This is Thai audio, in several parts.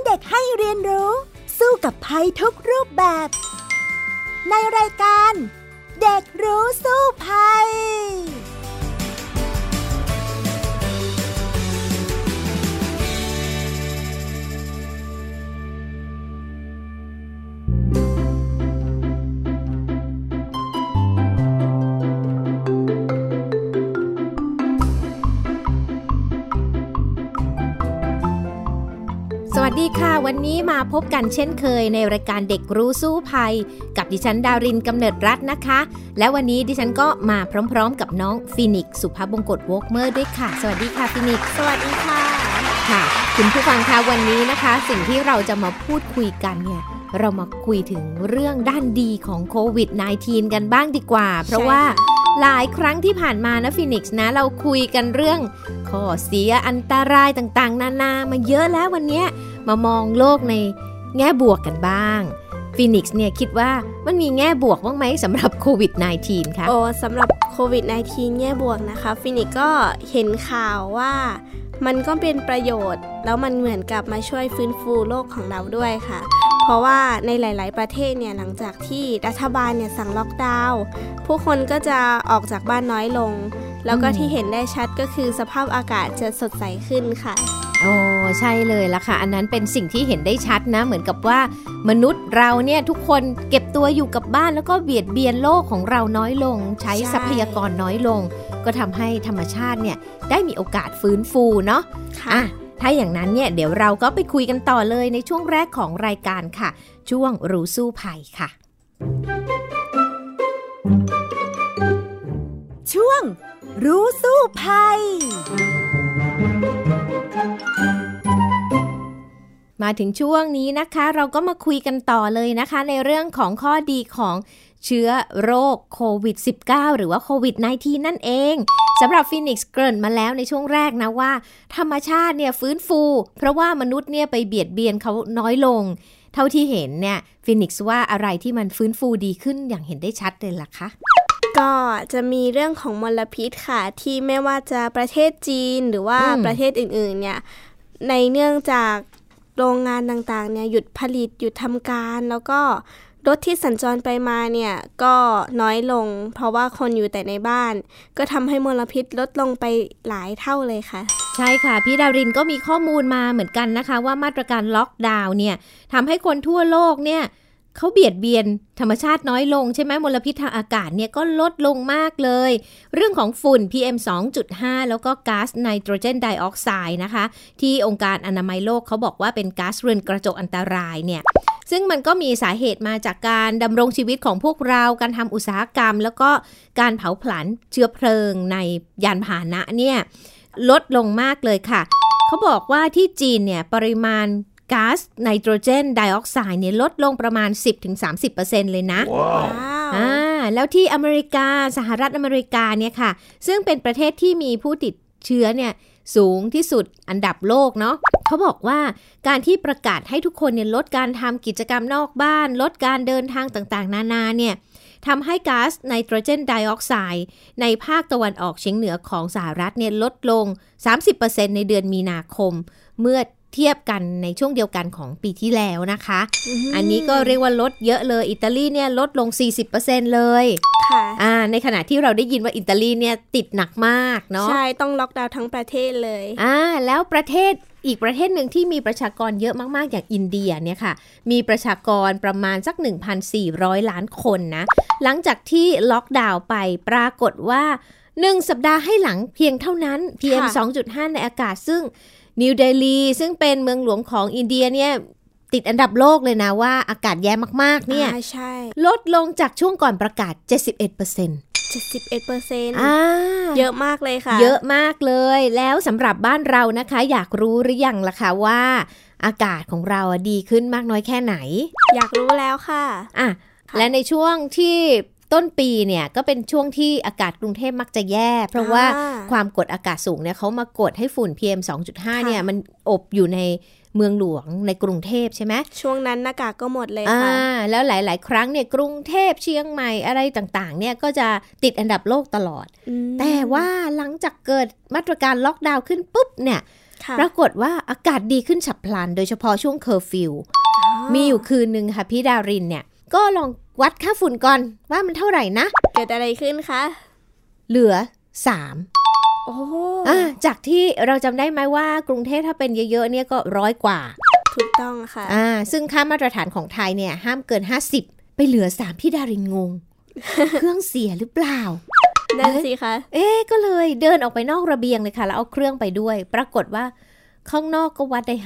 เด็กให้เรียนรู้สู้กับภัยทุกรูปแบบในรายการเด็กรู้สู้ภัยสวัสดีค่ะวันนี้มาพบกันเช่นเคยในรายการเด็กรู้สู้ภัยกับดิฉันดารินกำเนิดรัตน์นะคะและวันนี้ดิฉันก็มาพร้อมๆกับน้องฟีนิกซ์สุภาพบงกตวอล์กเมอร์ด้วยค่ะสวัสดีค่ะฟีนิกซ์สวัสดีค่ะค่ะคุณผู้ฟังคะวันนี้นะคะสิ่งที่เราจะมาพูดคุยกันเนี่ยเรามาคุยถึงเรื่องด้านดีของโควิด -19 กันบ้างดีกว่าเพราะว่าหลายครั้งที่ผ่านมานะฟีนิกซ์นะเราคุยกันเรื่องข้อเสียอันตรายต่างๆนานามาเยอะแล้ววันนี้มามองโลกในแง่บวกกันบ้างฟีนิกซ์เนี่ยคิดว่ามันมีแง่บวกบ้างไหมสำหรับโควิด -19 คะสำหรับโควิด -19 แง่บวกนะคะฟีนิกซ์ก็เห็นข่าวว่ามันก็เป็นประโยชน์แล้วมันเหมือนกับมาช่วยฟื้นฟูโลกของเราด้วยค่ะเพราะว่าในหลายๆประเทศเนี่ยหลังจากที่รัฐบาลเนี่ยสั่งล็อกดาวน์ผู้คนก็จะออกจากบ้านน้อยลงแล้วก็ที่เห็นได้ชัดก็คือสภาพอากาศจะสดใสขึ้นค่ะโอ้ใช่เลยล่ะค่ะอันนั้นเป็นสิ่งที่เห็นได้ชัดนะเหมือนกับว่ามนุษย์เราเนี่ยทุกคนเก็บตัวอยู่กับบ้านแล้วก็เบียดเบียนโลกของเราน้อยลงใช้ทรัพยากรน้อยลงก็ทำให้ธรรมชาติเนี่ยได้มีโอกาสฟื้นฟูเนาะค่ะถ้าอย่างนั้นเนี่ยเดี๋ยวเราก็ไปคุยกันต่อเลยในช่วงแรกของรายการค่ะช่วงรู้สู้ภัยค่ะช่วงรู้สู้ภัยมาถึงช่วงนี้นะคะเราก็มาคุยกันต่อเลยนะคะในเรื่องของข้อดีของเชื้อโรคโควิด -19 หรือว่าโควิด -19 นั่นเองสำหรับฟีนิกซ์เกริ่นมาแล้วในช่วงแรกนะว่าธรรมชาติเนี่ยฟื้นฟูเพราะว่ามนุษย์เนี่ยไปเบียดเบียนเขาน้อยลงเท่าที่เห็นเนี่ยฟีนิกซ์ว่าอะไรที่มันฟื้นฟูดีขึ้นอย่างเห็นได้ชัดเลยล่ะคะก็จะมีเรื่องของมลพิษค่ะที่ไม่ว่าจะประเทศจีนหรือว่าประเทศอื่นๆเนี่ยในเนื่องจากโรงงานต่างๆเนี่ยหยุดผลิตหยุดทำการแล้วก็รถที่สัญจรไปมาเนี่ยก็น้อยลงเพราะว่าคนอยู่แต่ในบ้านก็ทำให้มลพิษลดลงไปหลายเท่าเลยค่ะใช่ค่ะพี่ดารินก็มีข้อมูลมาเหมือนกันนะคะว่ามาตรการล็อกดาวน์เนี่ยทำให้คนทั่วโลกเนี่ยเขาเบียดเบียนธรรมชาติน้อยลงใช่ไหมมลพิษทางอากาศเนี่ยก็ลดลงมากเลยเรื่องของฝุ่น PM 2.5 แล้วก็ก๊าซไนโตรเจนไดออกไซด์นะคะที่องค์การอนามัยโลกเขาบอกว่าเป็นก๊าซเรือนกระจกอันตรายเนี่ยซึ่งมันก็มีสาเหตุมาจากการดำรงชีวิตของพวกเราการทำอุตสาหกรรมแล้วก็การเผาผลาญเชื้อเพลิงในยานพาหนะเนี่ยลดลงมากเลยค่ะเขาบอกว่าที่จีนเนี่ยปริมาณก๊าซไนโตรเจนไดออกไซด์เนี่ยลดลงประมาณ 10-30% เลยนะ wow. แล้วที่อเมริกาสหรัฐอเมริกาเนี่ยค่ะซึ่งเป็นประเทศที่มีผู้ติดเชื้อเนี่ยสูงที่สุดอันดับโลกเนาะเขาบอกว่าการที่ประกาศให้ทุกคนเนี่ยลดการทำกิจกรรมนอกบ้านลดการเดินทางต่างๆนานาเนี่ยทำให้ก๊าซไนโตรเจนไดออกไซด์ในภาคตะวันออกเฉียงเหนือของสหรัฐเนี่ยลดลง 30% ในเดือนมีนาคมเมื่อเทียบกันในช่วงเดียวกันของปีที่แล้วนะคะอันนี้ก็เรียกว่าลดเยอะเลยอิตาลีเนี่ยลดลง 40% เลยค่ะในขณะที่เราได้ยินว่าอิตาลีเนี่ยติดหนักมากเนาะใช่ต้องล็อกดาวน์ทั้งประเทศเลยแล้วประเทศอีกประเทศหนึ่งที่มีประชากรเยอะมากๆอย่างอินเดียเนี่ยค่ะมีประชากรประมาณสัก 1,400 ล้านคนนะหลังจากที่ล็อกดาวน์ไปปรากฏว่า1สัปดาห์ให้หลังเพียงเท่านั้น PM 2.5 ในอากาศซึ่งนิวเดลีซึ่งเป็นเมืองหลวงของอินเดียเนี่ยติดอันดับโลกเลยนะว่าอากาศแย่มากๆเนี่ยใช่ลดลงจากช่วงก่อนประกาศ 71% เยอะมากเลยค่ะเยอะมากเลยแล้วสำหรับบ้านเรานะคะอยากรู้หรือยังล่ะคะว่าอากาศของเราดีขึ้นมากน้อยแค่ไหนอยากรู้แล้วค่ะและในช่วงที่ต้นปีเนี่ยก็เป็นช่วงที่อากาศกรุงเทพมักจะแย่เพราะว่าความกดอากาศสูงเนี่ยเขามากดให้ฝุ่น PM 2.5 เนี่ยมันอบอยู่ในเมืองหลวงในกรุงเทพใช่ไหมช่วงนั้นหน้ากากก็หมดเลยค่ะแล้วหลายๆครั้งเนี่ยกรุงเทพเชียงใหม่อะไรต่างๆเนี่ยก็จะติดอันดับโลกตลอดแต่ว่าหลังจากเกิดมาตรการล็อกดาวน์ขึ้นปุ๊บเนี่ยปรากฏว่าอากาศดีขึ้นฉับพลันโดยเฉพาะช่วงเคอร์ฟิวมีอยู่คืนนึงค่ะพี่ดารินเนี่ยก็ลองวัดค่าฝุ่นก่อนว่ามันเท่าไหร่นะเกิดอะไรขึ้นคะเหลือ3โอ้จากที่เราจำได้ไหมว่ากรุงเทพถ้าเป็นเยอะๆเนี่ยก็100 กว่าถูกต้องค่ะซึ่งค่ามาตรฐานของไทยเนี่ยห้ามเกิน50ไปเหลือ3พี่ดารินงง เครื่องเสียหรือเปล่านั่นสิคะก็เลยเดินออกไปนอกระเบียงเลยค่ะแล้วเอาเครื่องไปด้วยปรากฏว่าข้างนอกก็วัดได้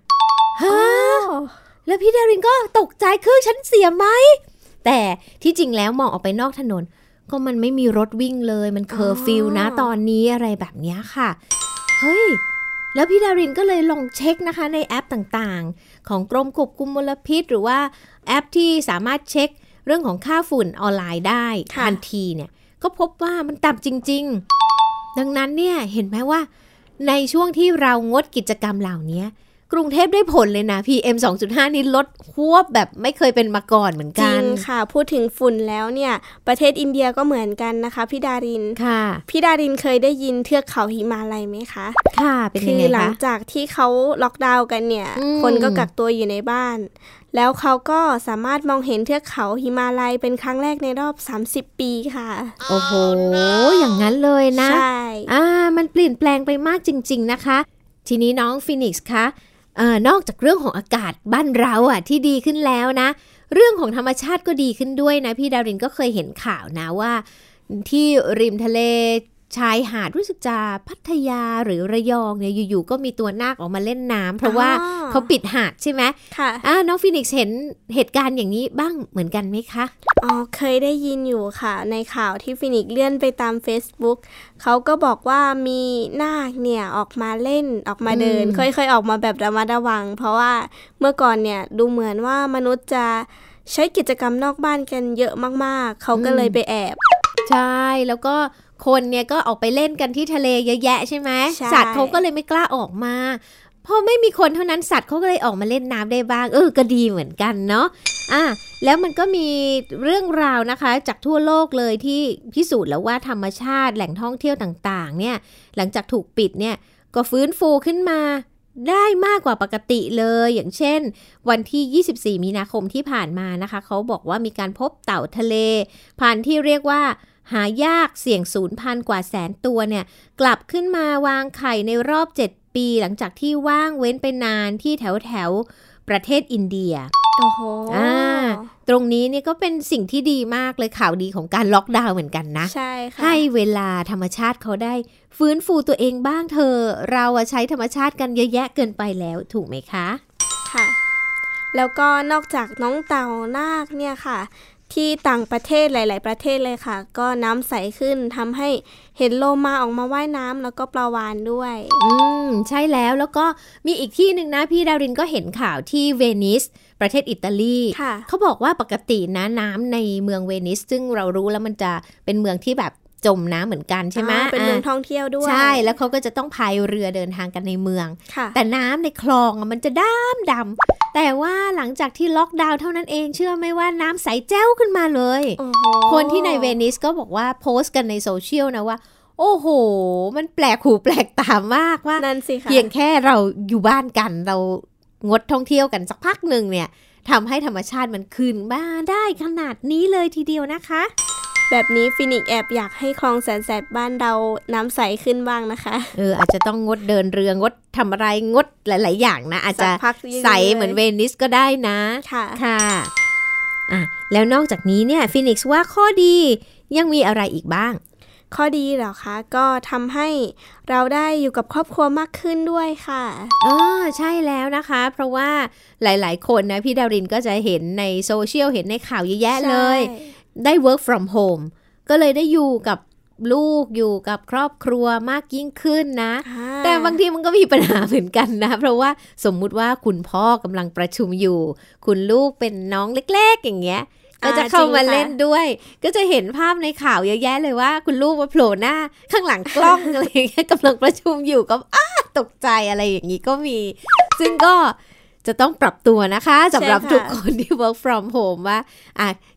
5แล้วพี่ดารินก็ตกใจเครื่องฉันเสียไหมแต่ที่จริงแล้วมองออกไปนอกถนนก็มันไม่มีรถวิ่งเลยมันเคอร์ฟิวนะตอนนี้อะไรแบบนี้ค่ะเฮ้ยแล้วพี่ดารินก็เลยลองเช็คนะคะในแอปต่างๆของกรมควบคุมมลพิษหรือว่าแอปที่สามารถเช็คเรื่องของค่าฝุ่นออนไลน์ได้ทันทีเนี่ยก็พบว่ามันต่ำจริงๆดังนั้นเนี่ยเห็นไหมว่าในช่วงที่เรางดกิจกรรมเหล่านี้กรุงเทพได้ผลเลยนะ PM 2.5 นี่ลดฮวบแบบไม่เคยเป็นมาก่อนเหมือนกันจริงค่ะพูดถึงฝุ่นแล้วเนี่ยประเทศอินเดียก็เหมือนกันนะคะพี่ดารินค่ะพี่ดารินเคยได้ยินเทือกเขาหิมาลัยไหมคะค่ะเป็นยังไงคะคือหลังจากที่เขาล็อกดาวน์กันเนี่ยคนก็กักตัวอยู่ในบ้านแล้วเขาก็สามารถมองเห็นเทือกเขาหิมาลัยเป็นครั้งแรกในรอบ30 ปีค่ะโอ้โหอย่างนั้นเลยนะใช่มันเปลี่ยนแปลงไปมากจริงๆนะคะทีนี้น้องฟีนิกซ์คะนอกจากเรื่องของอากาศบ้านเราที่ดีขึ้นแล้วนะเรื่องของธรรมชาติก็ดีขึ้นด้วยนะพี่ดารินก็เคยเห็นข่าวนะว่าที่ริมทะเลชายหาดรู้สึกจะพัทยาหรือระยองเนี่ยอยู่ๆก็มีตัวนาคออกมาเล่นน้ำเพราะว่าเขาปิดหาดใช่ไหมค่ะน้องฟีนิกซ์เห็นเหตุการณ์อย่างนี้บ้างเหมือนกันไหมคะเคยได้ยินอยู่ค่ะในข่าวที่ฟีนิกซ์เลื่อนไปตาม Facebook เขาก็บอกว่ามีนาคเนี่ยออกมาเล่นออกมาเดินค่อยๆออกมาแบบระมัดระวังเพราะว่าเมื่อก่อนเนี่ยดูเหมือนว่ามนุษย์จะใช้กิจกรรมนอกบ้านกันเยอะมากๆเขาก็เลยไปแอบใช่แล้วก็คนเนี่ยก็ออกไปเล่นกันที่ทะเลเยอะแยะใช่ไหมสัตว์เขาก็เลยไม่กล้าออกมาพอไม่มีคนเท่านั้นสัตว์เขาก็เลยออกมาเล่นน้ำได้บ้างก็ดีเหมือนกันเนาะแล้วมันก็มีเรื่องราวนะคะจากทั่วโลกเลยที่พิสูจน์แล้วว่าธรรมชาติแหล่งท่องเที่ยวต่างๆเนี่ยหลังจากถูกปิดเนี่ยก็ฟื้นฟูขึ้นมาได้มากกว่าปกติเลยอย่างเช่นวันที่24 มีนาคมที่ผ่านมานะคะเขาบอกว่ามีการพบเต่าทะเลพันธุ์ที่เรียกว่าหายากเสี่ยงสูญพันธุ์กว่า100,000 ตัวเนี่ยกลับขึ้นมาวางไข่ในรอบ7 ปีหลังจากที่ว่างเว้นไปนานที่แถวประเทศอินเดียโอ้โหตรงนี้นี่ก็เป็นสิ่งที่ดีมากเลยข่าวดีของการล็อกดาวน์เหมือนกันนะใช่ค่ะให้เวลาธรรมชาติเขาได้ฟื้นฟูตัวเองบ้างเธอเราใช้ธรรมชาติกันเยอะแยะเกินไปแล้วถูกไหมคะค่ะแล้วก็นอกจากน้องเต่านาคเนี่ยค่ะที่ต่างประเทศหลายๆประเทศเลยค่ะก็น้ำใสขึ้นทำให้เห็นโลมาออกมาว่ายน้ำแล้วก็ปลาวาฬด้วยใช่แล้วก็มีอีกที่หนึ่งนะพี่ดารินก็เห็นข่าวที่เวนิสประเทศอิตาลีเขาบอกว่าปกตินะน้ำในเมืองเวนิสซึ่งเรารู้แล้วมันจะเป็นเมืองที่แบบจมน้ำเหมือนกันใช่ไหมเป็นเมืองท่องเที่ยวด้วยใช่แล้วเขาก็จะต้องพายเรือเดินทางกันในเมืองแต่น้ำในคลองมันจะดำแต่ว่าหลังจากที่ล็อกดาวน์เท่านั้นเองเชื่อไหมว่าน้ำใสแจ้วขึ้นมาเลยคนที่ในเวนิสก็บอกว่าโพสต์กันในโซเชียลนะว่าโอ้โหมันแปลกหูแปลกตามากว่าเพียงแค่เราอยู่บ้านกันเรางดท่องเที่ยวกันสักพักหนึ่งเนี่ยทำให้ธรรมชาติมันคืนมาได้ขนาดนี้เลยทีเดียวนะคะแบบนี้ฟินิกแอบอยากให้คลองแสนแสบบ้านเราน้ำใสขึ้นบ้างนะคะอาจจะต้องงดเดินเรืองดทำอะไรงดหลายๆอย่างนะอาจจะใสเหมือนเวนิสก็ได้นะค่ะแล้วนอกจากนี้เนี่ยฟินิกซ์ว่าข้อดียังมีอะไรอีกบ้างข้อดีเหรอคะก็ทำให้เราได้อยู่กับครอบครัวมากขึ้นด้วยค่ะใช่แล้วนะคะเพราะว่าหลายๆคนนะพี่ดารินก็จะเห็นในโซเชียลเห็นในข่าวเยอะแยะเลยได้ work from home ก็เลยได้อยู่กับลูกอยู่กับครอบครัวมากยิ่งขึ้นนะแต่บางทีมันก็มีปัญหาเหมือนกันนะเพราะว่าสมมุติว่าคุณพ่อกำลังประชุมอยู่คุณลูกเป็นน้องเล็กๆอย่างเงี้ยก็จะเข้ามาเล่นด้วยก็จะเห็นภาพในข่าวเยอะแยะเลยว่าคุณลูกมาโผล่หน้าข้างหลังกล้อง อะไรอย่างเงี้ยกำลังประชุมอยู่ก็ตกใจอะไรอย่างงี้ก็มีซึ่งก็จะต้องปรับตัวนะคะสำหรับทุกคนที่ work from home ว่า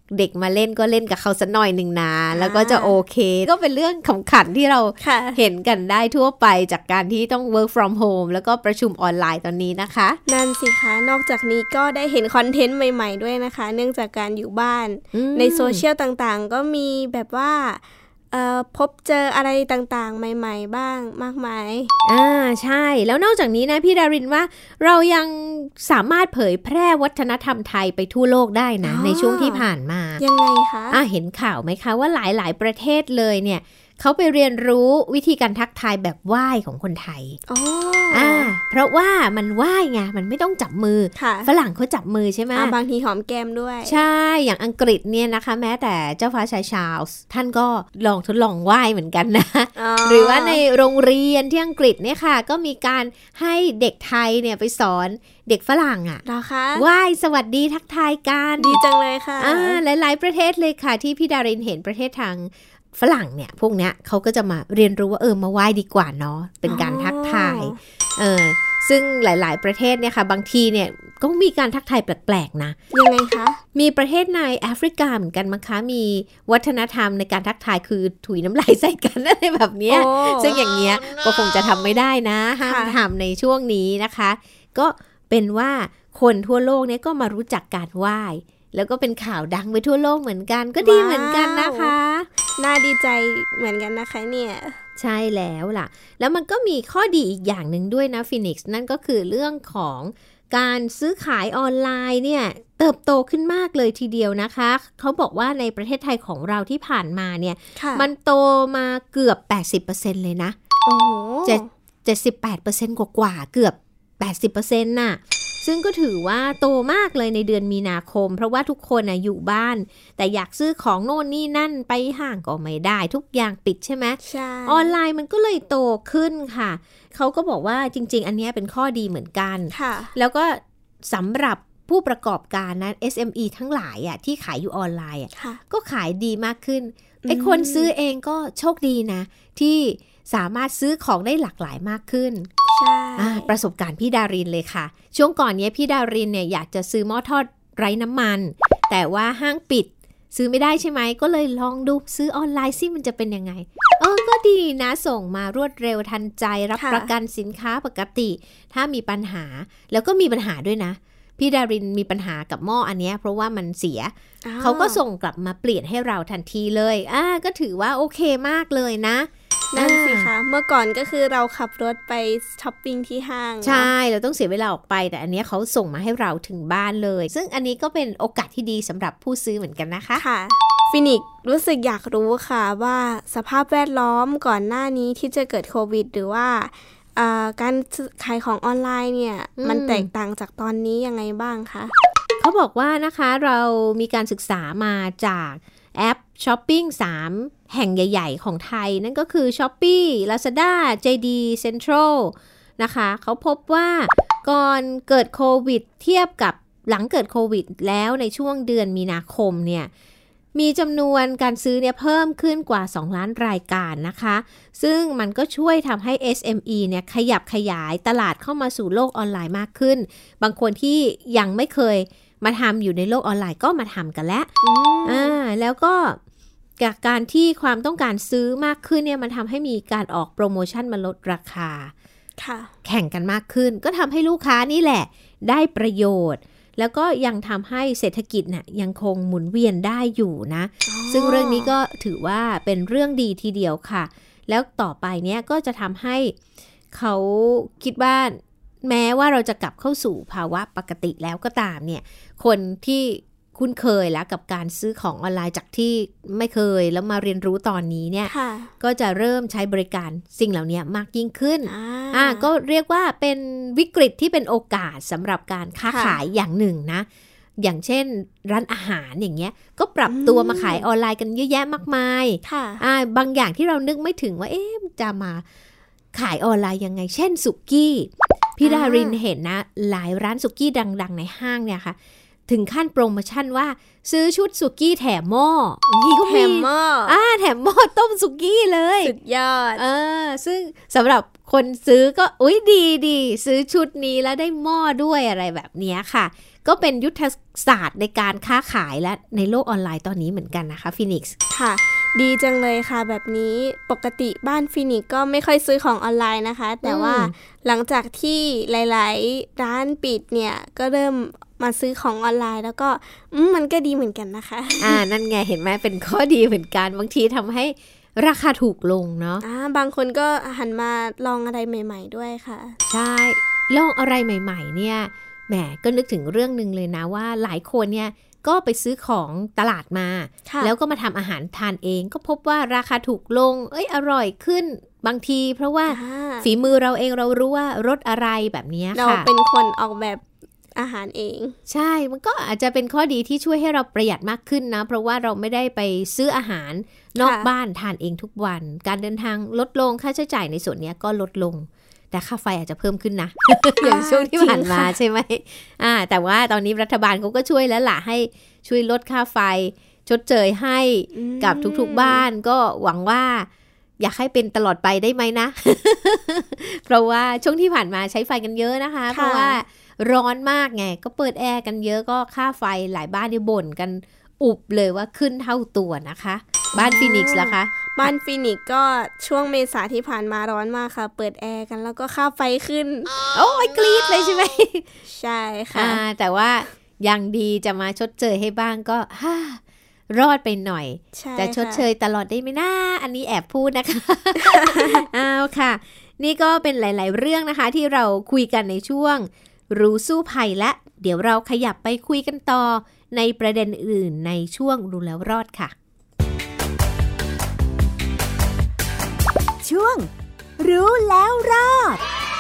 เด็กมาเล่นก็เล่นกับเขาสักหน่อยนึงนะแล้วก็จะโอเคก็เป็นเรื่องขำขันที่เราเห็นกันได้ทั่วไปจากการที่ต้อง work from home แล้วก็ประชุมออนไลน์ตอนนี้นะคะนั่นสิคะนอกจากนี้ก็ได้เห็นคอนเทนต์ใหม่ๆด้วยนะคะเนื่องจากการอยู่บ้านในโซเชียลต่างๆก็มีแบบว่าพบเจออะไรต่างๆใหม่ๆบ้างมากมายใช่แล้วนอกจากนี้นะพี่ดารินว่าเรายังสามารถเผยแพร่วัฒนธรรมไทยไปทั่วโลกได้นะในช่วงที่ผ่านมายังไงคะเห็นข่าวไหมคะว่าหลายๆประเทศเลยเนี่ยเขาไปเรียนรู้วิธีการทักทายแบบไหว้ของคนไทยเพราะว่ามันไหว้ไงมันไม่ต้องจับมือฝรั่งเขาจับมือใช่ไหมบางทีหอมแก้มด้วยใช่อย่างอังกฤษเนี่ยนะคะแม้แต่เจ้าฟ้าชายชาร์ลส์ท่านก็ทดลองไหว้เหมือนกันนะหรือว่าในโรงเรียนที่อังกฤษเนี่ยค่ะก็มีการให้เด็กไทยเนี่ยไปสอนเด็กฝรั่งไหว้สวัสดีทักทายกันดีจังเลยค่ะหลายๆประเทศเลยค่ะที่พี่ดารินเห็นประเทศทางฝรั่งเนี่ยพวกเนี้ยเขาก็จะมาเรียนรู้ว่ามาไหว้ดีกว่าเนาะเป็นการทักทายซึ่งหลายๆประเทศเนี่ยค่ะบางทีเนี่ยก็มีการทักทายแปลกๆนะยังไงคะมีประเทศในแอฟริกาเหมือนกันมั้งคะมีวัฒนธรรมในการทักทายคือถุยน้ำลายใส่กันอะไรแบบเนี้ยซึ่งอย่างเงี้ยก็คงจะทำไม่ได้นะห้ามทำในช่วงนี้นะคะก็เป็นว่าคนทั่วโลกเนี่ยก็มารู้จักการไหว้แล้วก็เป็นข่าวดังไปทั่วโลกเหมือนกันก็ดีเหมือนกันนะคะน่าดีใจเหมือนกันนะคะเนี่ยใช่แล้วล่ะแล้วมันก็มีข้อดีอีกอย่างหนึ่งด้วยนะฟีนิกซ์นั่นก็คือเรื่องของการซื้อขายออนไลน์เนี่ยเติบโตขึ้นมากเลยทีเดียวนะคะเขาบอกว่าในประเทศไทยของเราที่ผ่านมาเนี่ยมันโตมาเกือบ 80% เลยนะโอ้โห 78% กว่าๆเกือบ 80% น่ะซึ่งก็ถือว่าโตมากเลยในเดือนมีนาคมเพราะว่าทุกคนอยู่บ้านแต่อยากซื้อของโน่นนี่นั่นไปห้างก็ไม่ได้ทุกอย่างปิดใช่ไหมใช่ออนไลน์มันก็เลยโตขึ้นค่ะเขาก็บอกว่าจริงๆอันนี้เป็นข้อดีเหมือนกันแล้วก็สำหรับผู้ประกอบการนะ SME ทั้งหลายที่ขายอยู่ออนไลน์ก็ขายดีมากขึ้นไอ้คนซื้อเองก็โชคดีนะที่สามารถซื้อของได้หลากหลายมากขึ้นประสบการณ์พี่ดารินเลยค่ะช่วงก่อนนี้พี่ดารินเนี่ยอยากจะซื้อหม้อทอดไร้น้ำมันแต่ว่าห้างปิดซื้อไม่ได้ใช่ไหมก็เลยลองดูซื้อออนไลน์ซิมันจะเป็นยังไงก็ดีนะส่งมารวดเร็วทันใจรับประกันสินค้าปกติถ้ามีปัญหาแล้วก็มีปัญหาด้วยนะพี่ดารินมีปัญหากับหม้ออันนี้เพราะว่ามันเสียเขาก็ส่งกลับมาเปลี่ยนให้เราทันทีเลยก็ถือว่าโอเคมากเลยนะนั่นสิคะเมื่อก่อนก็คือเราขับรถไปช้อปปิ้งที่ห้างใช่เราต้องเสียเวลาออกไปแต่อันนี้เขาส่งมาให้เราถึงบ้านเลยซึ่งอันนี้ก็เป็นโอกาสที่ดีสำหรับผู้ซื้อเหมือนกันนะคะค่ะฟินิกรู้สึกอยากรู้ค่ะว่าสภาพแวดล้อมก่อนหน้านี้ที่จะเกิดโควิดหรือว่าการขายของออนไลน์เนี่ยมันแตกต่างจากตอนนี้ยังไงบ้างคะเขาบอกว่านะคะเรามีการศึกษามาจากแอปช้อปปิ้ง3แห่งใหญ่ๆของไทยนั่นก็คือ Shopee Lazada JD Central นะคะเขาพบว่าก่อนเกิดโควิดเทียบกับหลังเกิดโควิดแล้วในช่วงเดือนมีนาคมเนี่ยมีจำนวนการซื้อเนี่ยเพิ่มขึ้นกว่า2ล้านรายการนะคะซึ่งมันก็ช่วยทำให้ SME เนี่ยขยับขยายตลาดเข้ามาสู่โลกออนไลน์มากขึ้นบางคนที่ยังไม่เคยมาทำอยู่ในโลกออนไลน์ก็มาทำกันแล้วแล้วก็จากการที่ความต้องการซื้อมากขึ้นเนี่ยมันทำให้มีการออกโปรโมชั่นมาลดราคาแข่งกันมากขึ้นก็ทำให้ลูกค้านี่แหละได้ประโยชน์แล้วก็ยังทำให้เศรษฐกิจน่ะยังคงหมุนเวียนได้อยู่นะซึ่งเรื่องนี้ก็ถือว่าเป็นเรื่องดีทีเดียวค่ะแล้วต่อไปเนี้ยก็จะทำให้เขาคิดว่าแม้ว่าเราจะกลับเข้าสู่ภาวะปกติแล้วก็ตามเนี่ยคนที่คุ้นเคยแล้วกับการซื้อของออนไลน์จากที่ไม่เคยแล้วมาเรียนรู้ตอนนี้เนี่ยก็จะเริ่มใช้บริการสิ่งเหล่านี้มากยิ่งขึ้นก็เรียกว่าเป็นวิกฤตที่เป็นโอกาสสำหรับการค้าขายอย่างหนึ่งนะอย่างเช่นร้านอาหารอย่างเงี้ยก็ปรับตัวมาขายออนไลน์กันเยอะแยะมากมายบางอย่างที่เรานึกไม่ถึงว่าจะมาขายออนไลน์ยังไงเช่นสุกี้พี่ดารินเห็นนะหลายร้านสุกี้ดังๆในห้างเนี่ยค่ะถึงขั้นโปรโมชั่นว่าซื้อชุดสุกี้แถมหม้อนี่ก็มีแถมหม้อต้มมสุกี้เลยสุดยอดซึ่งสำหรับคนซื้อก็อุ๊ยดีซื้อชุดนี้แล้วได้หม้อด้วยอะไรแบบนี้ค่ะก็เป็นยุทธศาสตร์ในการค้าขายและในโลกออนไลน์ตอนนี้เหมือนกันนะคะฟีนิกซ์ค่ะดีจังเลยค่ะแบบนี้ปกติบ้านฟีนิกซ์ก็ไม่ค่อยซื้อของออนไลน์นะคะแต่ว่าหลังจากที่หลายๆร้านปิดเนี่ยก็เริ่มมาซื้อของออนไลน์แล้วก็มันก็ดีเหมือนกันนะคะนั่นไงเห็นไหมเป็นข้อดีเหมือนกันบางทีทำให้ราคาถูกลงเนาะบางคนก็หันมาลองอะไรใหม่ๆด้วยค่ะใช่ลองอะไรใหม่ๆเนี่ยแหมก็นึกถึงเรื่องนึงเลยนะว่าหลายคนเนี่ยก็ไปซื้อของตลาดมาแล้วก็มาทำอาหารทานเองก็พบว่าราคาถูกลงอร่อยขึ้นบางทีเพราะว่าฝีมือเราเองเรารู้ว่ารสอะไรแบบนี้ค่ะเราเป็นคนออกแบบอาหารเองใช่มันก็อาจจะเป็นข้อดีที่ช่วยให้เราประหยัดมากขึ้นนะเพราะว่าเราไม่ได้ไปซื้ออาหารนอกบ้านทานเองทุกวันการเดินทางลดลงค่าใช้จ่ายในส่วนนี้ก็ลดลงแต่ค่าไฟอาจจะเพิ่มขึ้นนะ อย่างช่วงที่ผ่านมาใช่ไหมแต่ว่าตอนนี้รัฐบาลเขาก็ช่วยแล้วล่ะให้ช่วยลดค่าไฟชดเชยให้กับทุกๆบ้านก็หวังว่าอยากให้เป็นตลอดไปได้ไหมนะ เพราะว่าช่วงที่ผ่านมาใช้ไฟกันเยอะนะคะเพราะว่าร้อนมากไงก็เปิดแอร์กันเยอะก็ค่าไฟหลายบ้านที่บ่นกันอุบเลยว่าขึ้นเท่าตัวนะคะบ้านฟีนิกซ์ล่ะคะบ้านฟีนิกซ์ก็ช่วงเมษาที่ผ่านมาร้อนมากค่ะเปิดแอร์กันแล้วก็ค่าไฟขึ้นโอ้ยกรี๊ดเลยใช่ไหมใช่ค่ะแต่ว่ายังดีจะมาชดเชยให้บ้างก็รอดไปหน่อยจะชดเชยตลอดได้ไหมนะอันนี้แอบพูดนะคะ เอาค่ะนี่ก็เป็นหลายๆเรื่องนะคะที่เราคุยกันในช่วงรู้สู้ภัยและเดี๋ยวเราขยับไปคุยกันต่อในประเด็นอื่นในช่วงรู้แล้วรอดค่ะช่วงรู้แล้วรอด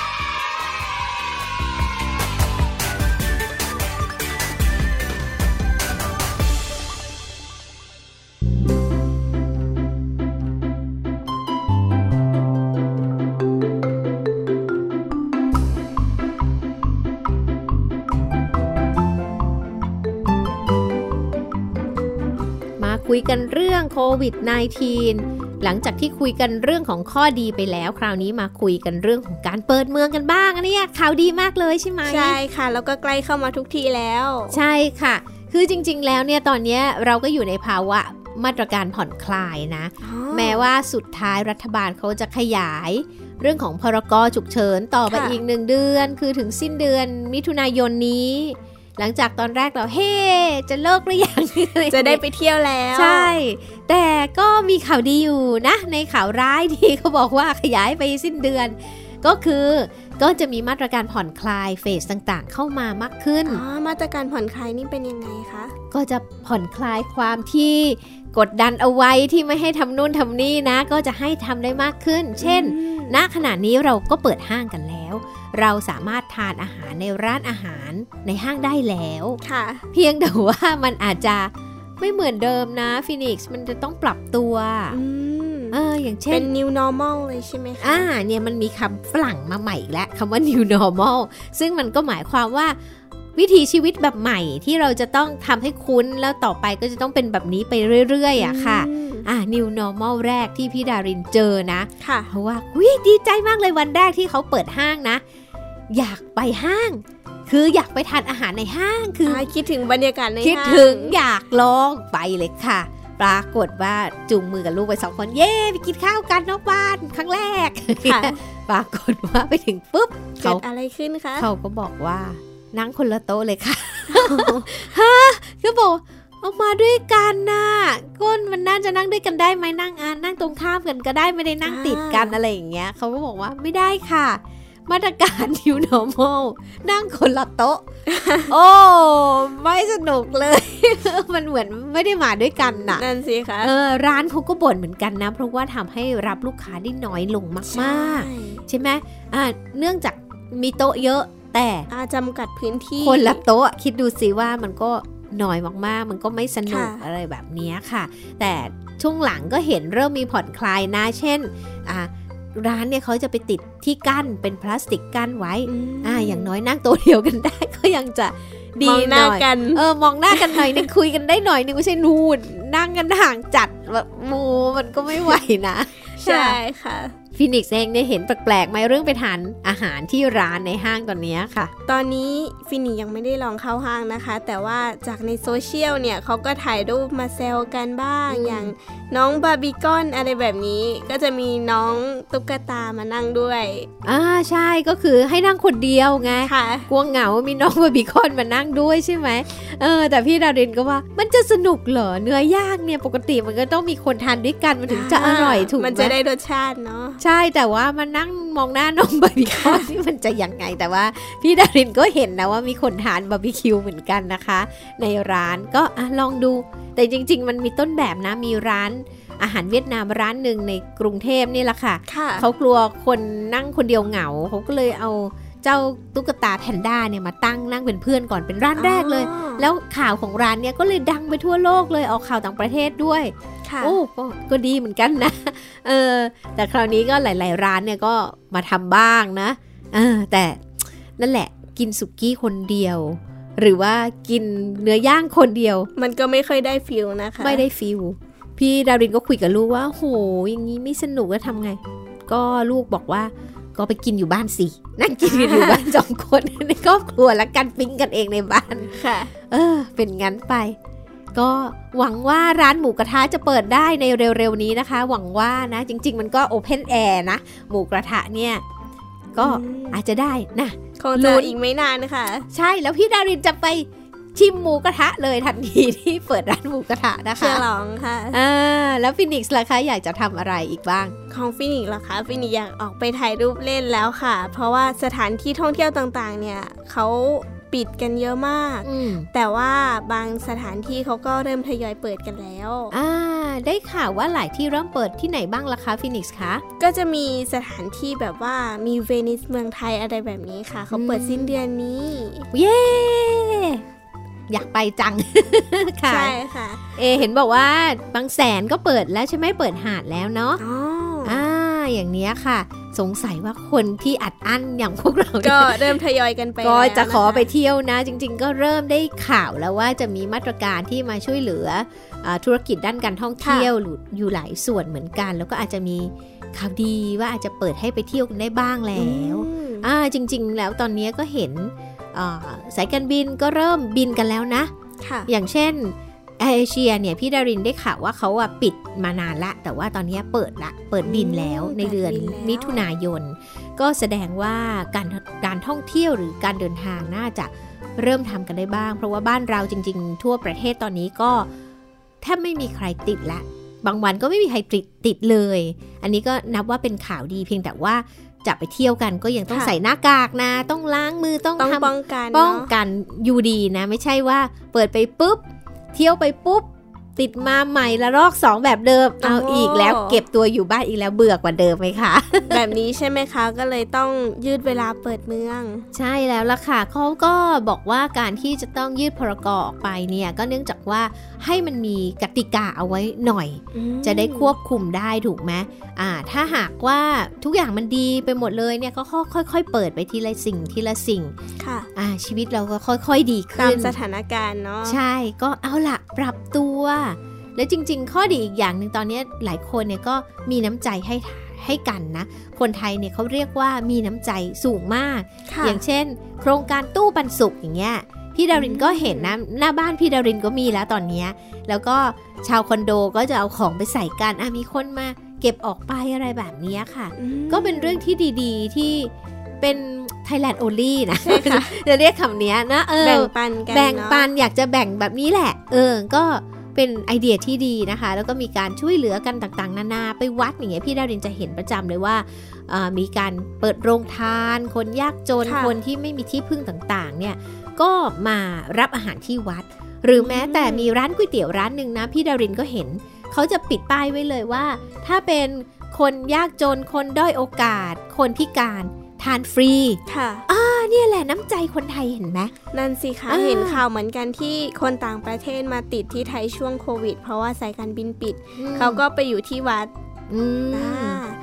คุยกันเรื่องโควิด -19 หลังจากที่คุยกันเรื่องของข้อดีไปแล้วคราวนี้มาคุยกันเรื่องของการเปิดเมืองกันบ้างอันนี้ข่าวดีมากเลยใช่ไหมใช่ค่ะแล้วก็ใกล้เข้ามาทุกทีแล้วใช่ค่ะคือจริงๆแล้วเนี่ยตอนนี้เราก็อยู่ในภาวะมาตรการผ่อนคลายนะแม้ว่าสุดท้ายรัฐบาลเขาจะขยายเรื่องของพรก.ฉุกเฉินต่อไปอีก1 เดือนคือถึงสิ้นเดือนมิถุนายนนี้หลังจากตอนแรกเราจะเลิกหรือยังจะได้ไปเที่ยวแล้วใช่แต่ก็มีข่าวดีอยู่นะในข่าวร้ายที่เขาบอกว่าขยายไปสิ้นเดือนก็คือก็จะมีมาตรการผ่อนคลายเฟสต่างๆเข้ามามากขึ้นมาตรการผ่อนคลายนี่เป็นยังไงคะก็จะผ่อนคลายความที่กดดันเอาไว้ที่ไม่ให้ทำนู่นทำนี่นะก็จะให้ทำได้มากขึ้นเช่นณขณะนี้เราก็เปิดห้างกันแล้วเราสามารถทานอาหารในร้านอาหารในห้างได้แล้วค่ะเพียงแต่ว่ามันอาจจะไม่เหมือนเดิมนะฟีนิกซ์มันจะต้องปรับตัวอย่างเช่นเป็น new normal เลยใช่ไหมคะเนี่ยมันมีคำฝรั่งมาใหม่อีกแล้วคำว่า new normal ซึ่งมันก็หมายความว่าวิถีชีวิตแบบใหม่ที่เราจะต้องทำให้คุ้นแล้วต่อไปก็จะต้องเป็นแบบนี้ไปเรื่อยๆอะค่ะnew normal แรกที่พี่ดารินเจอนะเพราะว่าดีใจมากเลยวันแรกที่เขาเปิดห้างนะอยากไปห้างคืออยากไปทานอาหารในห้างคือคิดถึงบรรยากาศในห้างคิดถึงอยากลองไปเลยค่ะปรากฏว่าจูงมือกับลูกไป2 คนเย้ไปกินข้าวกันนอกบ้านครั้งแรกปรากฏว่าไปถึงปุ๊บเกิดอะไรขึ้นคะเขาก็บอกว่านั่งคนละโต๊ะเลยค่ะก็บอกเอามาด้วยกันน่ะก้นมันน่าจะนั่งด้วยกันได้ไหมนั่งตรงข้ามกันก็ได้ไม่ได้นั่งติดกันอะไรอย่างเงี้ยเขาก็บอกว่าไม่ได้ค่ะมาตรการ New Normal นั่งคนละโต๊ะ โอ้ไม่สนุกเลย มันเหมือนไม่ได้มาด้วยกันน่ะนั่นสิคะร้านเขาก็บ่นเหมือนกันนะเพราะว่าทำให้รับลูกค้าได้น้อยลงมากๆใช่ไหมเนื่องจากมีโต๊ะเยอะแต่จำกัดพื้นที่คนละโต๊ะคิดดูสิว่ามันก็น้อยมากๆมันก็ไม่สนุกอะไรแบบนี้ค่ะแต่ช่วงหลังก็เห็นเริ่มมีผ่อนคลายนะเช่นร้านเนี่ยเขาจะไปติดที่กั้นเป็นพลาสติกกั้นไว้อย่างน้อยนั่งโต๊ะเดียวกันได้ก็ยังจะดีมองหน้ากันมองหน้ากันหน่อยนึงคุยกันได้หน่อยนึงไม่ใช่นูนนั่งกันห่างจัดแบบมูมันก็ไม่ไหวนะใช่ค่ะฟินิกซ์เองเนี่ยเห็นแปลกๆไหมเรื่องไปทานอาหารที่ร้านในห้างตอนนี้ค่ะตอนนี้ฟินิกซ์ยังไม่ได้ลองเข้าห้างนะคะแต่ว่าจากในโซเชียลเนี่ยเขาก็ถ่ายรูปมาแซวกันบ้างอย่างน้องบาร์บีคอนอะไรแบบนี้ก็จะมีน้องตุ๊กตามานั่งด้วยใช่ก็คือให้นั่งคนเดียวไงกลัวเหงามีน้องบาร์บีคอนมานั่งด้วยใช่ไหมแต่พี่ดารินก็ว่ามันจะสนุกเหรอเนื้อย่างเนี่ยปกติมันก็ต้องมีคนทานด้วยกันมันถึงจะอร่อยถูกไหมมันจะได้รสชาติเนาะใช่แต่ว่ามานั่งมองหน้าน้องบาร์บีคอนนี่มันจะยังไงแต่ว่าพี่ดารินก็เห็นนะว่ามีคนทานบาร์บีคิวเหมือนกันนะคะในร้านก็ลองดูแต่จริงๆมันมีต้นแบบนะมีร้านอาหารเวียดนามร้านหนึ่งในกรุงเทพนี่แหละค่ะเขากลัวคนนั่งคนเดียวเหงาเขาก็เลยเอาเจ้าตุ๊กตาแพนด้าเนี่ยมาตั้งนั่งเป็นเพื่อนก่อนเป็นร้านแรกเลยแล้วข่าวของร้านเนี่ยก็เลยดังไปทั่วโลกเลยออกข่าวต่างประเทศด้วยโอ้ก็ดีเหมือนกันนะแต่คราวนี้ก็หลายๆร้านเนี่ยก็มาทำบ้างนะแต่นั่นแหละกินสุกี้คนเดียวหรือว่ากินเนื้อย่างคนเดียวมันก็ไม่ค่อยได้ฟิลนะคะไม่ได้ฟิลพี่ดารินก็คุยกับลูกว่าโหอย่างนี้ไม่สนุกจะทำไงก็ลูกบอกว่าก็ไปกินอยู่บ้านสินั่งกินอยู่บ้าน2 คนในครอบครัวแล้วกันปิ้งกันเองในบ้านค่ะเป็นงั้นไปก็หวังว่าร้านหมูกระทะจะเปิดได้ในเร็วๆนี้นะคะหวังว่านะจริงๆมันก็โอเพนแอร์นะหมูกระทะเนี่ยก็อาจจะได้นะคงจะอีกไม่นานนะคะใช่แล้วพี่ดารินจะไปชิมหมูกระทะเลยทันทีที่เปิดร้านหมูกระทะนะคะฉลองค่ะแล้วฟินิกซ์ล่ะคะอยากจะทำอะไรอีกบ้างของฟินิกซ์ล่ะคะฟินิกซ์อยากออกไปถ่ายรูปเล่นแล้วค่ะเพราะว่าสถานที่ท่องเที่ยวต่างๆเนี่ยเขาปิดกันเยอะมากแต่ว่าบางสถานที่เขาก็เริ่มทยอยเปิดกันแล้วได้ข่าวว่าหลายที่เริ่มเปิดที่ไหนบ้างล่ะคะฟินิกซ์คะก็จะมีสถานที่แบบว่ามีเวนิสเมืองไทยอะไรแบบนี้ค่ะเขาเปิดสิ้นเดือนนี้เย้อยากไปจังค่ะใช่ค่ะเห็นบอกว่าบางแสนก็เปิดแล้วใช่ไหมเปิดหาดแล้วเนาะอย่างนี้ค่ะสงสัยว่าคนที่อัดอั้นอย่างพวกเราก็เริ่มทยอยกันไปก็จะขอไปเที่ยวนะจริงๆก็เริ่มได้ข่าวแล้วว่าจะมีมาตรการที่มาช่วยเหลือธุรกิจด้านการท่องเที่ยวอยู่หลายส่วนเหมือนกันแล้วก็อาจจะมีข่าวดีว่าอาจจะเปิดให้ไปเที่ยวกันได้บ้างแล้วจริงๆแล้วตอนนี้ก็เห็นสายการบินก็เริ่มบินกันแล้วนะอย่างเช่นแอร์เอเชียเนี่ยพี่ดารินได้ข่าวว่าเขาปิดมานานละแต่ว่าตอนนี้เปิดบินแล้วในเดือนมิถุนายนก็แสดงว่าการท่องเที่ยวหรือการเดินทางน่าจะเริ่มทำกันได้บ้างเพราะว่าบ้านเราจริงๆทั่วประเทศตอนนี้ก็แทบไม่มีใครติดละบางวันก็ไม่มีใครติดเลยอันนี้ก็นับว่าเป็นข่าวดีเพียงแต่ว่าจะไปเที่ยวกันก็ยังต้องใส่หน้ากากนะต้องล้างมือต้องทำป้องกันอยู่ดีนะไม่ใช่ว่าเปิดไปปุ๊บเที่ยวไปปุ๊บติดมาใหม่ละลอก2แบบเดิมเอาอีกแล้วเก็บตัวอยู่บ้านอีกแล้วเบื่อกว่าเดิมไหมคะแบบนี้ใช่ไหมคะก็เลยต้องยืดเวลาเปิดเมืองใช่แล้วล่ะค่ะเขาก็บอกว่าการที่จะต้องยืดพรก.ออกไปเนี่ยก็เนื่องจากว่าให้มันมีกติกาเอาไว้หน่อยจะได้ควบคุมได้ถูกไหมถ้าหากว่าทุกอย่างมันดีไปหมดเลยเนี่ยก็ค่อยๆเปิดไปทีละสิ่งค่ะชีวิตเราก็ค่อยๆดีขึ้นตามสถานการณ์เนาะใช่ก็เอาล่ะปรับตัวและจริงๆข้อดีอีกอย่างนึงตอนนี้หลายคนเนี่ยก็มีน้ำใจให้กันนะคนไทยเนี่ยเขาเรียกว่ามีน้ำใจสูงมากอย่างเช่นโครงการตู้ปันสุขอย่างเงี้ยพี่ดารินก็เห็นนะหน้าบ้านพี่ดารินก็มีแล้วตอนนี้แล้วก็ชาวคอนโดก็จะเอาของไปใส่กันมีคนมาเก็บออกไปอะไรแบบนี้ค่ะก็เป็นเรื่องที่ดีๆที่เป็น Thailand only นะจะเรียกคำนี้นะแบ่งปันกันแบ่งปันอยากจะแบ่งแบบนี้แหละก็เป็นไอเดียที่ดีนะคะแล้วก็มีการช่วยเหลือกันต่างๆนานาไปวัดอย่างเงี้ยพี่ดารินจะเห็นประจำเลยว่ามีการเปิดโรงทานคนยากจนคนที่ไม่มีที่พึ่งต่างๆเนี่ยก็มารับอาหารที่วัดหรือแม้แต่มีร้านก๋วยเตี๋ยวร้านนึงนะพี่ดารินก็เห็นเขาจะปิดป้ายไว้เลยว่าถ้าเป็นคนยากจนคนด้อยโอกาสคนพิการทานฟรีค่ะเนี่ยแหละน้ำใจคนไทยเห็นไหมนั่นสิคะเห็นข่าวเหมือนกันที่คนต่างประเทศมาติดที่ไทยช่วงโควิดเพราะว่าสายการบินปิดเขาก็ไปอยู่ที่วัด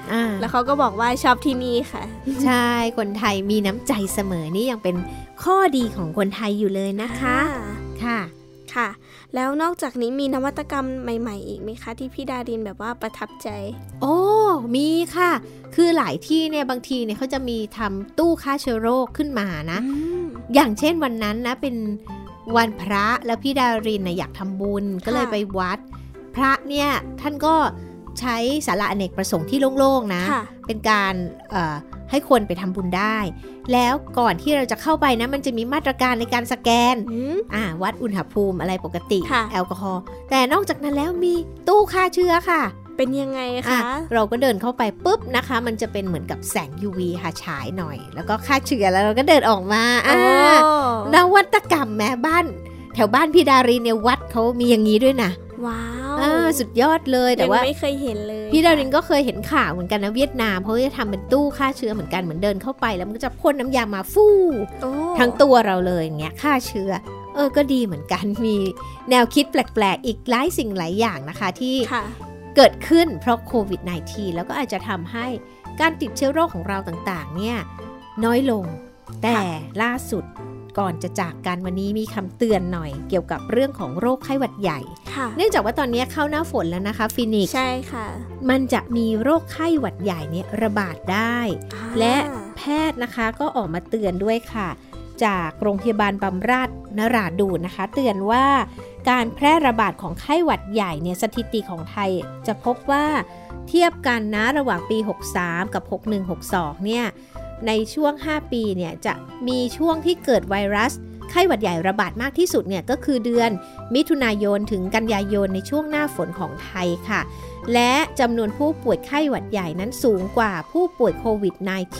แล้วเขาก็บอกว่าชอบที่นี่ค่ะใช่คนไทยมีน้ำใจเสมอนี่ยังเป็นข้อดีของคนไทยอยู่เลยนะคะค่ะแล้วนอกจากนี้มีนวัตกรรมใหม่ๆอีกไหมคะที่พี่ดารินแบบว่าประทับใจโอ้มีค่ะคือหลายที่เนี่ยบางทีเนี่ยเขาจะมีทำตู้ฆ่าเชื้อโรคขึ้นมานะอย่างเช่นวันนั้นนะเป็นวันพระแล้วพี่ดารินนะอยากทำบุญก็เลยไปวัดพระเนี่ยท่านก็ใช้ศาลาอเนกประสงค์ที่โล่งๆนะเป็นการให้คนไปทำบุญได้แล้วก่อนที่เราจะเข้าไปนะมันจะมีมาตรการในการสแกนวัดอุณหภูมิอะไรปกติแอลกอฮอล์แต่นอกจากนั้นแล้วมีตู้ฆ่าเชื้อค่ะเป็นยังไงคะเราก็เดินเข้าไปปุ๊บนะคะมันจะเป็นเหมือนกับแสง UV ค่ะฉายหน่อยแล้วก็ฆ่าเชื้อแล้วเราก็เดินออกมานวัตกรรมแม่บ้านแถวบ้านพี่ดารินเนี่ยวัดเขามีอย่างนี้ด้วยนะว้าวสุดยอดเลยแต่ว่าไม่เคยเห็นเลยพี่ดารินก็เคยเห็นข่าวเหมือนกันนะเวียดนามเขาจะทำเป็นตู้ฆ่าเชื้อเหมือนกันเหมือนเดินเข้าไปแล้วมันก็จะพ่นน้ำยามาฟู่ทั้งตัวเราเลยอย่างเงี้ยฆ่าเชื้อก็ดีเหมือนกันมีแนวคิดแปลกๆอีกหลายสิ่งหลายอย่างนะคะที่เกิดขึ้นเพราะโควิด -19 แล้วก็อาจจะทำให้การติดเชื้อโรคของเราต่างๆเนี่ยน้อยลงแต่ล่าสุดก่อนจะจากกันวันนี้มีคำเตือนหน่อยเกี่ยวกับเรื่องของโรคไข้หวัดใหญ่เนื่องจากว่าตอนนี้เข้าหน้าฝนแล้วนะคะฟินิกซ์ใช่ค่ะมันจะมีโรคไข้หวัดใหญ่เนี่ยระบาดได้และแพทย์นะคะก็ออกมาเตือนด้วยค่ะจากโรงพยาบาลบำราศนราดูนนะคะเตือนว่าการแพร่ระบาดของไข้หวัดใหญ่เนี่ยสถิติของไทยจะพบว่าเทียบกันนะระหว่างปี63กับ61-62เนี่ยในช่วง5ปีเนี่ยจะมีช่วงที่เกิดไวรัสไข้หวัดใหญ่ระบาดมากที่สุดเนี่ยก็คือเดือนมิถุนายนถึงกันยายนในช่วงหน้าฝนของไทยค่ะและจำนวนผู้ป่วยไข้หวัดใหญ่นั้นสูงกว่าผู้ป่วยโควิด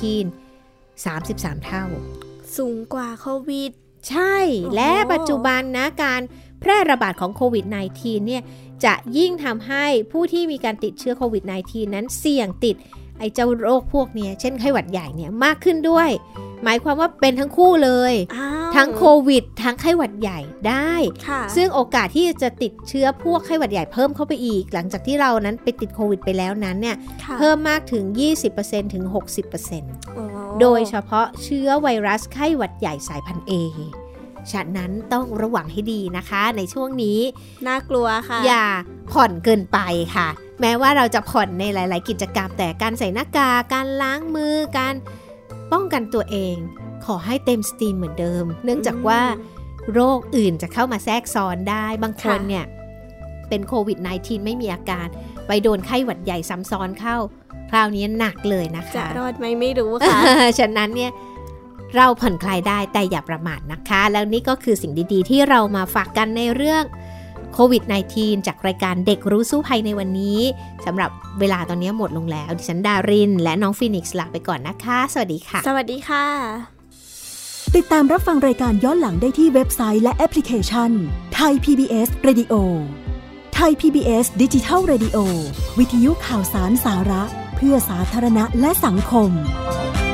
-19 33 เท่าสูงกว่าโควิดใช่และปัจจุบันนะการแพร่ระบาดของโควิด -19 เนี่ยจะยิ่งทำให้ผู้ที่มีการติดเชื้อโควิด -19 นั้นเสี่ยงติดไอ้เจ้าโรคพวกนี้เช่นไข้หวัดใหญ่เนี่ยมากขึ้นด้วยหมายความว่าเป็นทั้งคู่เลยทั้งโควิดทั้งไข้หวัดใหญ่ได้ซึ่งโอกาสที่จะติดเชื้อพวกไข้หวัดใหญ่เพิ่มเข้าไปอีกหลังจากที่เรานั้นไปติดโควิดไปแล้วนั้นเนี่ยเพิ่มมากถึง 20% ถึง 60% โดยเฉพาะเชื้อไวรัสไข้หวัดใหญ่สายพันธุ์ A ฉะนั้นต้องระวังให้ดีนะคะในช่วงนี้น่ากลัวค่ะอย่าผ่อนเกินไปค่ะแม้ว่าเราจะผ่อนในหลายๆกิจกรรมแต่การใส่หน้ากากการล้างมือการป้องกันตัวเองขอให้เต็มสตรีมเหมือนเดิมเนื่องจากว่าโรคอื่นจะเข้ามาแทรกซ้อนได้บางคนเนี่ยเป็นโควิด -19 ไม่มีอาการไปโดนไข้หวัดใหญ่ซ้ำซ้อนเข้าคราวนี้หนักเลยนะคะจะรอดไหมไม่รู้ค่ะฉะนั้นเนี่ยเราผ่อนคลายได้แต่อย่าประมาทนะคะแล้วนี่ก็คือสิ่งดีๆที่เรามาฝากกันในเรื่องโควิด -19 จากรายการเด็กรู้สู้ภัยในวันนี้สำหรับเวลาตอนนี้หมดลงแล้วดิฉันดารินและน้องฟีนิกซ์ลาไปก่อนนะคะสวัสดีค่ะสวัสดีค่ะติดตามรับฟังรายการย้อนหลังได้ที่เว็บไซต์และแอปพลิเคชัน Thai PBS Radio Thai PBS Digital Radio วิทยุข่าวสารสาระเพื่อสาธารณะและสังคม